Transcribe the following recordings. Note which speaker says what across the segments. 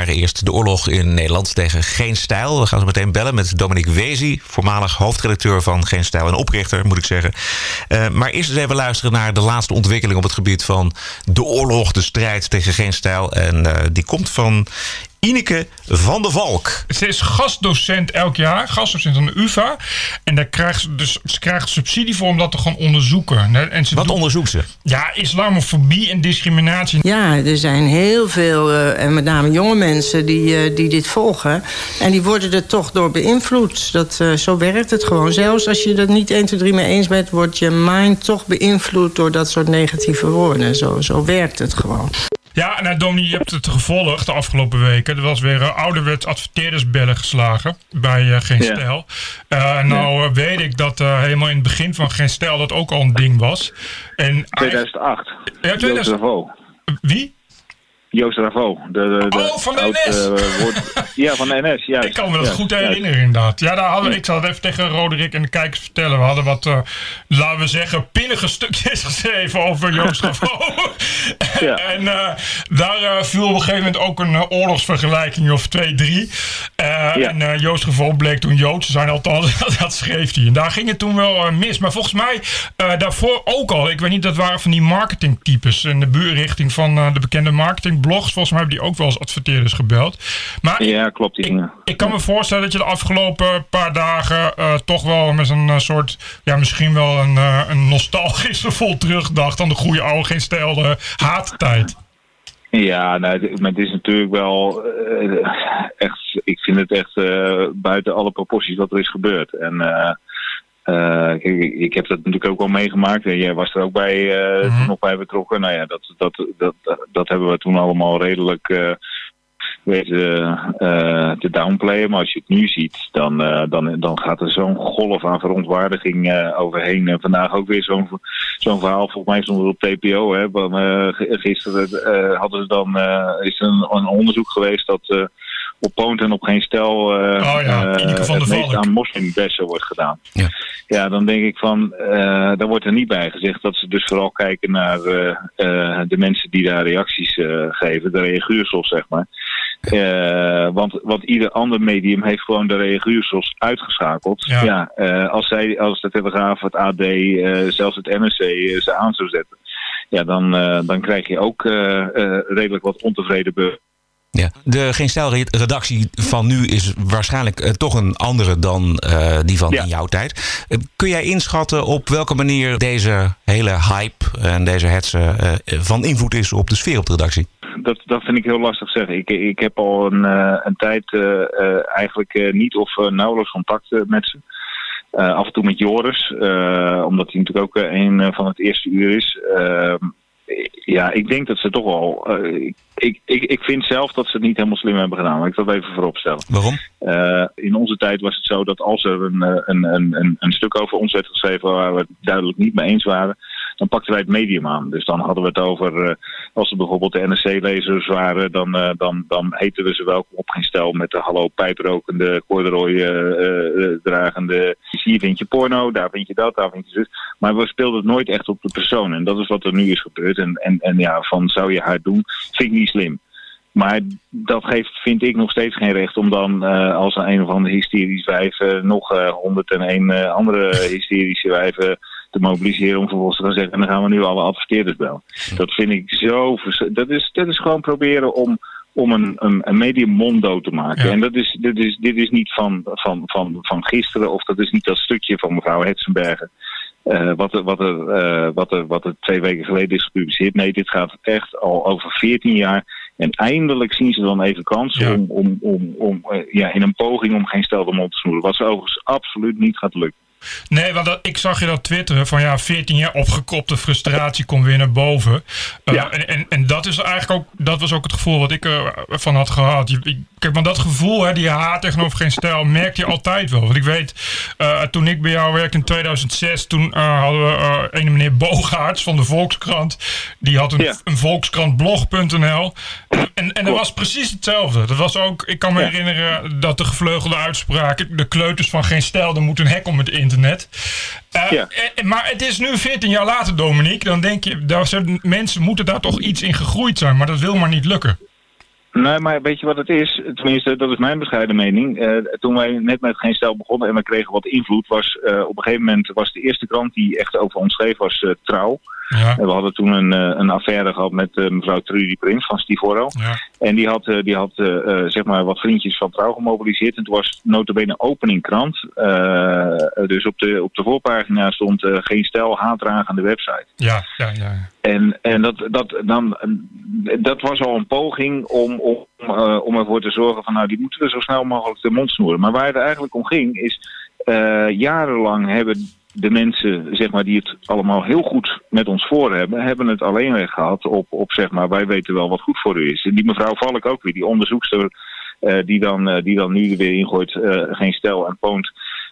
Speaker 1: waren eerst de oorlog in Nederland tegen Geen Stijl. We gaan zo meteen bellen met Dominique Wezi, voormalig hoofdredacteur van Geen Stijl en oprichter, moet ik zeggen. Maar eerst eens even luisteren naar de laatste ontwikkeling op het gebied van de oorlog, de strijd tegen Geen Stijl. En die komt van Ineke van der Valk.
Speaker 2: Ze is gastdocent elk jaar, gastdocent aan de UvA. En daar krijgt ze krijgt subsidie voor om dat te gaan onderzoeken. En
Speaker 1: Wat onderzoekt ze?
Speaker 2: Ja, islamofobie en discriminatie.
Speaker 3: Ja, er zijn heel veel, en met name jonge mensen die dit volgen. En die worden er toch door beïnvloed. Zo werkt het gewoon. Zelfs als je het niet 1, 2, 3 mee eens bent, wordt je mind toch beïnvloed door dat soort negatieve woorden. Zo werkt het gewoon.
Speaker 2: Ja, nou Dominique, je hebt het gevolgd de afgelopen weken. Er was weer ouderwets adverteerdersbellen geslagen bij Geen Stijl. Weet ik dat helemaal in het begin van Geen Stijl dat ook al een ding was.
Speaker 4: 2008.
Speaker 2: Ja, 2008. Wie?
Speaker 4: Joost Ravo.
Speaker 2: Van de NS.
Speaker 4: Van de NS, juist.
Speaker 2: Ik kan me dat goed herinneren, inderdaad. Ja, ik zal het even tegen Roderick en de kijkers vertellen. We hadden wat, laten we zeggen, pinnige stukjes geschreven over Joost Ravo. En daar viel op een gegeven moment ook een oorlogsvergelijking of 2, 3. En Joost Ravo bleek toen Joods te zijn, althans, dat schreef hij. En daar ging het toen wel mis. Maar volgens mij daarvoor ook al. Ik weet niet, dat waren van die marketingtypes in de buurrichting van de bekende marketingblogs. Volgens mij hebben die ook wel eens adverteerders gebeld. Maar
Speaker 4: ja, klopt.
Speaker 2: Ik kan me voorstellen dat je de afgelopen paar dagen toch wel met een soort, misschien wel een nostalgisch gevoel terugdacht aan de goede oude Geen Stijl haattijd.
Speaker 4: Ja, maar het is natuurlijk wel echt, ik vind het echt buiten alle proporties wat er is gebeurd. En ik heb dat natuurlijk ook wel meegemaakt. Jij was er ook bij, toen nog bij betrokken. Nou ja, dat hebben we toen allemaal redelijk te downplayen. Maar als je het nu ziet, dan gaat er zo'n golf aan verontwaardiging overheen. En vandaag ook weer zo'n verhaal. Volgens mij stond het op TPO. Hè. Gisteren hadden ze dan, is er een onderzoek geweest dat op Poont en op Geen Stijl het meest aan moslimbessen wordt gedaan. Ja, dan denk ik van, daar wordt er niet bij gezegd dat ze dus vooral kijken naar de mensen die daar reacties geven, de reaguursels, zeg maar. Want ieder ander medium heeft gewoon de reaguursels uitgeschakeld. Als de Telegraaf, het AD, zelfs het NRC ze aan zou zetten, dan krijg je ook redelijk wat ontevreden burgers.
Speaker 1: Ja. De Geen Stijl-redactie van nu is waarschijnlijk toch een andere dan die van in jouw tijd. Kun jij inschatten op welke manier deze hele hype en deze hetze van invloed is op de sfeer op de redactie?
Speaker 4: Dat vind ik heel lastig zeggen. Ik heb al een tijd eigenlijk niet of nauwelijks contact met ze. Af en toe met Joris, omdat hij natuurlijk ook een van het eerste uur is. Ik denk dat ze toch wel. Ik vind zelf dat ze het niet helemaal slim hebben gedaan. Maar ik wil het even voorop stellen.
Speaker 1: Waarom?
Speaker 4: In onze tijd was het zo dat als er een stuk over ons werd geschreven waar we het duidelijk niet mee eens waren, dan pakten wij het medium aan. Dus dan hadden we het over, als er bijvoorbeeld de NRC-lezers waren, dan heten we ze welkom op Geen Stijl met de hallo pijprokende, corduroy dragende. Hier vind je porno, daar vind je dat, daar vind je zus. Maar we speelden het nooit echt op de persoon. En dat is wat er nu is gebeurd. En van zou je haar doen, vind ik niet slim. Maar dat geeft, vind ik, nog steeds geen recht om dan als een of andere hysterische wijf nog 101 andere hysterische wijven te mobiliseren om vervolgens te gaan zeggen, en dan gaan we nu alle adverteerders bellen. Dat vind ik zo. Dat is gewoon proberen om een medium monddood te maken. Ja. En dit is niet van gisteren, of dat is niet dat stukje van mevrouw Hetzenberger. Wat er 2 weken geleden is gepubliceerd. Nee, dit gaat echt al over 14 jaar. En eindelijk zien ze dan even kans om in een poging om Geen Stijl de mond te snoeren. Wat ze overigens absoluut niet gaat lukken.
Speaker 2: Nee, want ik zag je dat twitteren van 14 jaar opgekropte frustratie komt weer naar boven. En dat is eigenlijk ook, dat was ook het gevoel wat ik ervan had gehad. Kijk, want dat gevoel, die haat tegenover Geen Stijl, merk je altijd wel. Want ik weet, toen ik bij jou werkte in 2006, toen hadden we een meneer Bogaerts van de Volkskrant. Die had een volkskrantblog.nl. En dat was precies hetzelfde. Dat was ook, ik kan me herinneren dat de gevleugelde uitspraak, de kleuters van Geen Stijl, er moet een hek om het internet. Maar het is nu 14 jaar later, Dominique. Dan denk je, mensen moeten daar toch iets in gegroeid zijn. Maar dat wil maar niet lukken.
Speaker 4: Nee, maar weet je wat het is? Tenminste, dat is mijn bescheiden mening. Toen wij net met Geen Stijl begonnen en we kregen wat invloed, was op een gegeven moment was de eerste krant die echt over ons schreef, was Trouw.
Speaker 2: Ja.
Speaker 4: En we hadden toen een affaire gehad met mevrouw Trudy Prins van Stivoro.
Speaker 2: Ja.
Speaker 4: En die had zeg maar wat vriendjes van Trouw gemobiliseerd. En toen was nota bene opening krant. Dus op de voorpagina stond Geen Stijl, haatdragende website.
Speaker 2: Ja.
Speaker 4: En dat was al een poging om ervoor te zorgen van, nou, die moeten we zo snel mogelijk de mond snoeren. Maar waar het eigenlijk om ging is, jarenlang hebben de mensen, zeg maar, die het allemaal heel goed met ons voor hebben het alleen weg gehad op zeg maar, wij weten wel wat goed voor u is. En die mevrouw Valk ook weer, die onderzoekster die dan nu weer ingooit, Geen Stijl en Poont,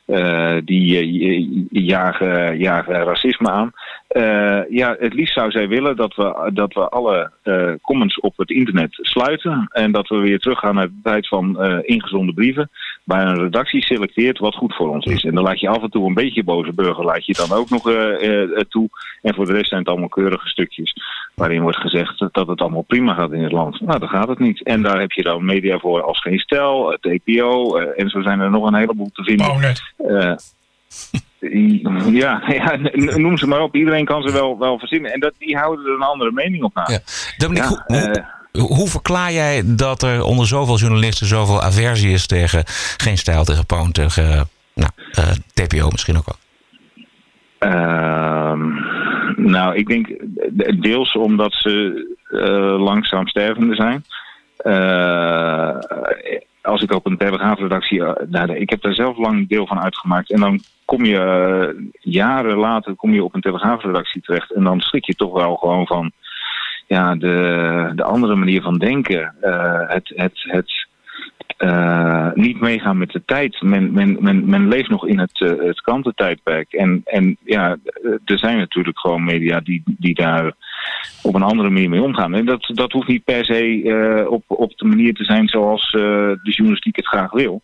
Speaker 4: die jagen racisme aan. Het liefst zou zij willen dat we alle comments op het internet sluiten en dat we weer teruggaan naar de tijd van ingezonden brieven, waar een redactie selecteert wat goed voor ons is. En dan laat je af en toe een beetje boze burger, laat je dan ook nog toe. En voor de rest zijn het allemaal keurige stukjes waarin wordt gezegd dat het allemaal prima gaat in het land. Nou, dan gaat het niet. En daar heb je dan media voor als Geen Stijl, het EPO en zo zijn er nog een heleboel te vinden. Noem ze maar op. Iedereen kan ze wel verzinnen. En die houden er een andere mening op na. Ja.
Speaker 1: Dominique, hoe verklaar jij dat er onder zoveel journalisten zoveel aversie is tegen Geen Stijl, tegen Poont, tegen TPO misschien ook wel?
Speaker 4: Nou, ik denk deels omdat ze langzaam stervende zijn. Als ik op een Telegraafredactie, ik heb daar zelf lang deel van uitgemaakt. En dan kom je jaren later op een Telegraafredactie terecht. En dan schrik je toch wel gewoon van de andere manier van denken. Het niet meegaan met de tijd. Men leeft nog in het krantentijdperk. En er zijn natuurlijk gewoon media die daar op een andere manier mee omgaan. En dat hoeft niet per se op de manier te zijn zoals de journalistiek het graag wil.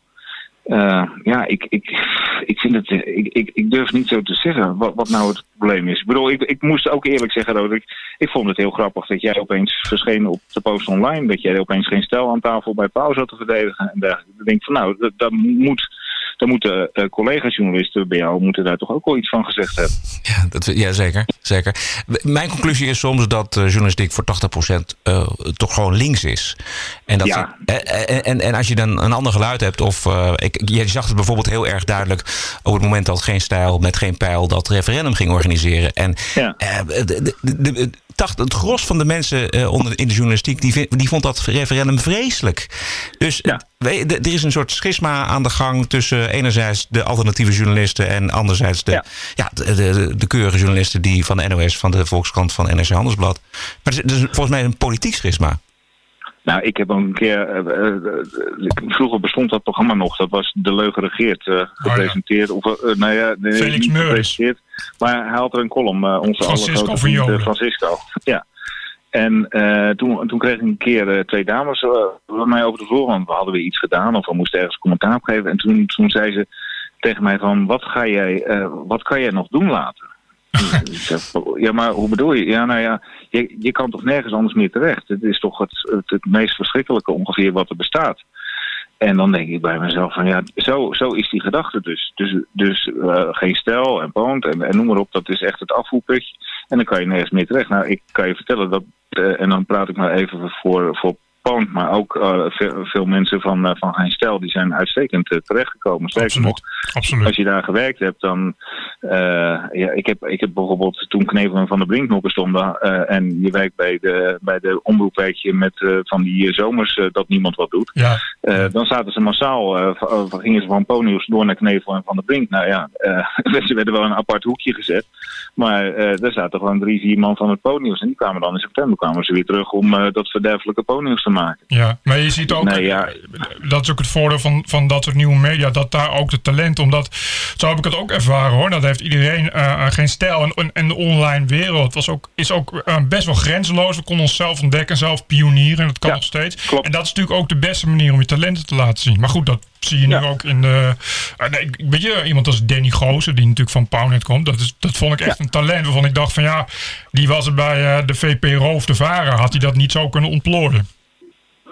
Speaker 4: Ik vind het. Ik durf niet zo te zeggen wat nou het probleem is. Ik bedoel, ik moest ook eerlijk zeggen dat ik vond het heel grappig dat jij opeens verscheen op de Post Online, dat jij opeens Geen Stijl aan tafel bij Pauw zat te verdedigen en dergelijke. Ik denk van nou, dat moeten collega-journalisten bij jou moeten daar toch ook wel iets van gezegd hebben.
Speaker 1: Ja, zeker. Mijn conclusie is soms dat journalistiek voor 80% toch gewoon links is. En, en als je dan een ander geluid hebt, je zag het bijvoorbeeld heel erg duidelijk op het moment dat Geen Stijl met Geen Pijl dat referendum ging organiseren. En het gros van de mensen in de journalistiek die vond dat referendum vreselijk. Dus er is een soort schisma aan de gang tussen enerzijds de alternatieve journalisten en anderzijds de keurige journalisten die van de NOS, van de Volkskrant, van NRC Handelsblad. Maar het is volgens mij een politiek schisma.
Speaker 4: Nou, ik heb ook een keer. Vroeger bestond dat programma nog. Dat was De Leugen Regeert gepresenteerd.
Speaker 2: Felix Meurders.
Speaker 4: Maar hij had er een column. Onze
Speaker 2: Francisco van Jolen.
Speaker 4: Francisco. Ja. En toen kreeg ik een keer twee dames bij mij over de vloer. Want we hadden weer iets gedaan of we moesten ergens commentaar op geven. En toen zei ze tegen mij van, wat kan jij nog doen later? Ik zeg, ja, maar hoe bedoel je? Ja, nou ja, je kan toch nergens anders meer terecht. Het is toch het meest verschrikkelijke ongeveer wat er bestaat. En dan denk ik bij mezelf van ja, zo is die gedachte dus. Dus Geen Stijl en Poont en noem maar op, dat is echt het afvoerputje. En dan kan je nergens meer terecht. Nou, ik kan je vertellen dat, en dan praat ik maar even voor Poont, maar ook veel mensen van Geen Stijl, die zijn uitstekend terechtgekomen. Sterker nog, als je daar gewerkt hebt, dan... ik heb bijvoorbeeld toen Knevel en Van der Brink nog bestonden en je werkt bij de omroepwerkje met van die zomers dat niemand wat doet. Ja. Dan zaten ze massaal, gingen ze van Ponyus door naar Knevel en Van der Brink. Nou ja, ze werden wel in een apart hoekje gezet, maar er zaten gewoon 3-4 man van het Ponyus en die kwamen dan in september weer terug om dat verderfelijke Ponyus te maken.
Speaker 2: Ja, maar je ziet ook, dat is ook het voordeel van dat soort nieuwe media, dat daar ook de talent, omdat, zo heb ik het ook ervaren hoor, dat heeft iedereen Geen Stijl en de online wereld is ook best wel grenzeloos. We konden onszelf ontdekken, zelf pionieren en dat kan nog steeds. Klopt. En dat is natuurlijk ook de beste manier om je talenten te laten zien. Maar goed, dat zie je nu ook in de... weet je, iemand als Danny Goosen, die natuurlijk van Pownet komt, dat vond ik echt een talent waarvan ik dacht van ja, die was er bij de VPRO of de VARA, had hij dat niet zo kunnen ontplooien.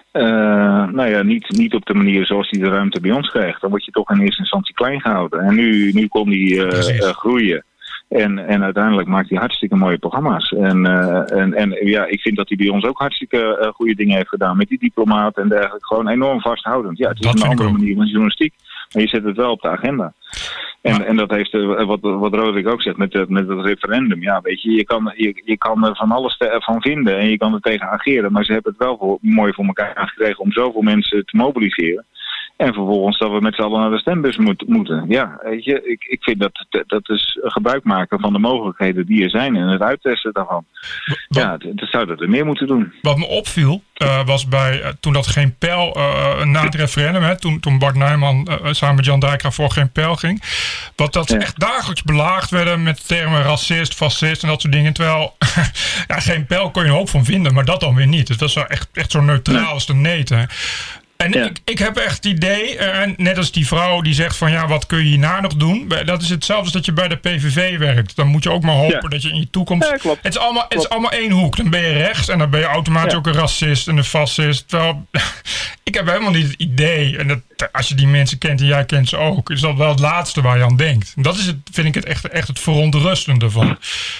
Speaker 4: niet op de manier zoals hij de ruimte bij ons krijgt. Dan word je toch in eerste instantie klein gehouden. En nu kon hij groeien. En uiteindelijk maakt hij hartstikke mooie programma's. En ik vind dat hij bij ons ook hartstikke goede dingen heeft gedaan. Met die diplomaat en dergelijke. Gewoon enorm vasthoudend. Ja, het is een andere manier van journalistiek. Maar je zet het wel op de agenda. En dat heeft, wat Roderick ook zegt, met het referendum. Ja, weet je, je kan er van alles van vinden en je kan er tegen ageren. Maar ze hebben het wel mooi voor elkaar gekregen om zoveel mensen te mobiliseren. En vervolgens dat we met z'n allen naar de stembus moeten. Ja, weet je, ik vind dat is gebruik maken van de mogelijkheden die er zijn en het uittesten daarvan. Dat zouden we meer moeten doen.
Speaker 2: Wat me opviel was toen dat Geen Pijl na het referendum, hè, toen Bart Nijman samen met Jan Dijkgraaf voor Geen Pijl ging, dat ze echt dagelijks belaagd werden met termen racist, fascist en dat soort dingen. Terwijl Geen Pijl kon je een hoop van vinden, maar dat dan weer niet. Het was echt zo neutraal als de neet. Hè. En ik heb echt het idee, net als die vrouw die zegt van wat kun je hierna nog doen? Dat is hetzelfde als dat je bij de PVV werkt. Dan moet je ook maar hopen dat je in je toekomst... Ja, klopt. Het is allemaal één hoek. Dan ben je rechts en dan ben je automatisch ook een racist en een fascist. Terwijl, ik heb helemaal niet het idee, en als je die mensen kent en jij kent ze ook, is dat wel het laatste waar je aan denkt. En dat is vind ik echt het verontrustende van.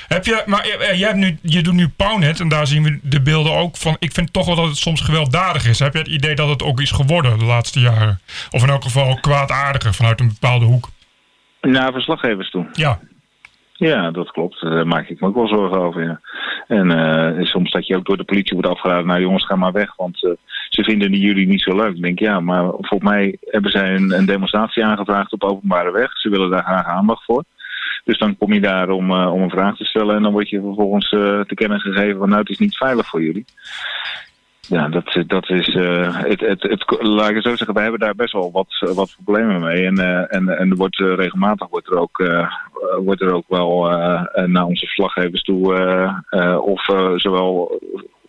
Speaker 2: Je doet nu Pownet en daar zien we de beelden ook van. Ik vind toch wel dat het soms gewelddadig is. Heb je het idee dat het ook is geworden de laatste jaren? Of in elk geval kwaadaardiger vanuit een bepaalde hoek?
Speaker 4: Naar verslaggevers toe. Ja, dat klopt. Daar maak ik me ook wel zorgen over. Ja. En soms dat je ook door de politie wordt afgeraden. Nou jongens, ga maar weg, want ze vinden jullie niet zo leuk. Ik denk, maar volgens mij hebben zij een demonstratie aangevraagd op openbare weg. Ze willen daar graag aandacht voor. Dus dan kom je daar om een vraag te stellen en dan word je vervolgens te kennen gegeven van het is niet veilig voor jullie. Ja, dat is laat ik het zo zeggen, wij hebben daar best wel wat problemen mee. En er wordt regelmatig wordt er ook wel naar onze verslaggevers toe of zowel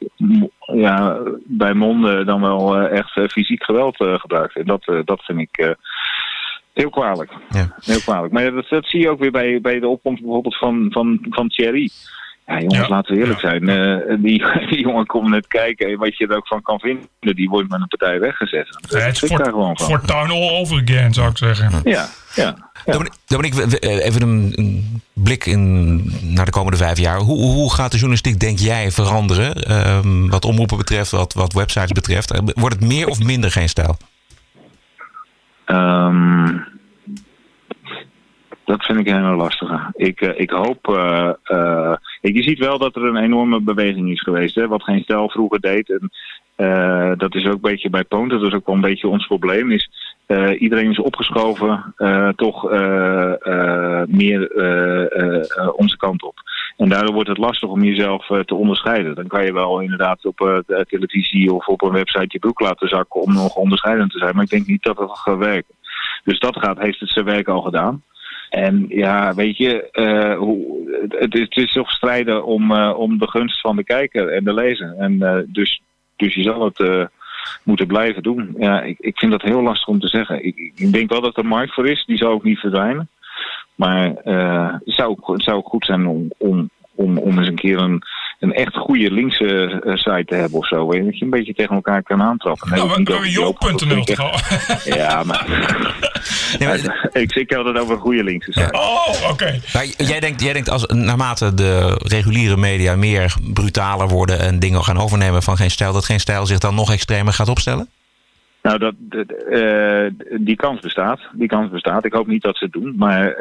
Speaker 4: bij monden dan wel echt fysiek geweld gebruikt. En dat vind ik heel kwalijk. Ja. Heel kwalijk. Maar dat zie je ook weer bij de opkomst bijvoorbeeld van Thierry. Ja, jongens, laten we eerlijk zijn. Die jongen komt net kijken en wat je er ook van kan vinden, die wordt met een partij weggezet.
Speaker 2: Het is Fortuyn all over again, zou ik zeggen.
Speaker 4: Ja.
Speaker 1: Dominique, even een blik naar de komende 5 jaar. Hoe gaat de journalistiek, denk jij, veranderen? Wat omroepen betreft, wat websites betreft. Wordt het meer of minder Geen Stijl?
Speaker 4: Dat vind ik een hele lastige. Ik hoop... je ziet wel dat er een enorme beweging is geweest. Hè, wat Geen Stijl vroeger deed. En dat is ook een beetje bij Poont. Dat is ook wel een beetje ons probleem. Iedereen is opgeschoven toch meer onze kant op. En daardoor wordt het lastig om jezelf te onderscheiden. Dan kan je wel inderdaad op de televisie of op een website je broek laten zakken om nog onderscheidend te zijn. Maar ik denk niet dat dat gaat werken. Dus heeft het zijn werk al gedaan. En ja, weet je, het is toch strijden om de gunst van de kijker en de lezer. En dus je zal het moeten blijven doen. Ja, ik vind dat heel lastig om te zeggen. Ik denk wel dat er markt voor is, die zal ook niet verdwijnen. Maar het zou ook goed zijn om eens een keer een echt goede linkse site te hebben of zo. Weet je? Dat je een beetje tegen elkaar kan aantrappen.
Speaker 2: Nou, we hebben Joop.nl toch al?
Speaker 4: Ja, maar... ik had het over een goede linkse site.
Speaker 2: Oh, oké.
Speaker 1: Maar jij denkt als naarmate de reguliere media meer brutaler worden en dingen gaan overnemen van Geen Stijl, dat Geen Stijl zich dan nog extremer gaat opstellen?
Speaker 4: Nou, die kans bestaat. Ik hoop niet dat ze het doen, maar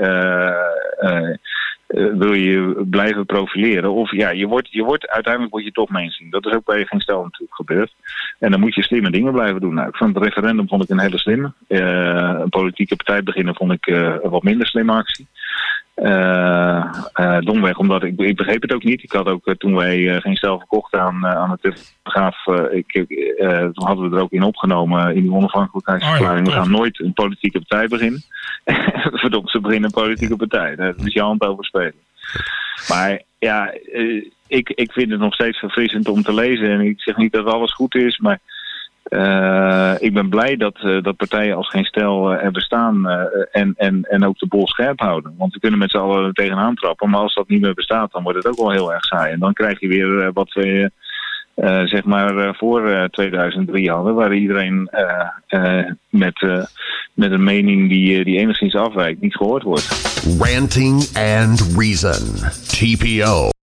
Speaker 4: wil je blijven profileren? Of uiteindelijk word je toch mainstream. Dat is ook bij Geen Stijl natuurlijk gebeurd. En dan moet je slimme dingen blijven doen. Nou, ik vond het referendum een hele slimme. Een politieke partij beginnen vond ik een wat minder slimme actie. Domweg, omdat ik begreep het ook niet. Ik had ook toen wij Geen Stijl verkochten aan het Telegraaf, toen hadden we er ook in opgenomen in die onafhankelijkheidsverklaring. We gaan nooit een politieke partij beginnen. Verdomd, ze beginnen een politieke partij. Daar moet je hand over spelen. Maar ja, ik vind het nog steeds verfrissend om te lezen. En ik zeg niet dat alles goed is, maar ik ben blij dat partijen als Geen Stijl er bestaan en ook de bol scherp houden. Want we kunnen met z'n allen tegenaan trappen. Maar als dat niet meer bestaat, dan wordt het ook wel heel erg saai. En dan krijg je weer wat we zeg maar voor 2003 hadden, waar iedereen met een mening die enigszins afwijkt niet gehoord wordt.
Speaker 5: Ranting and Reason. TPO.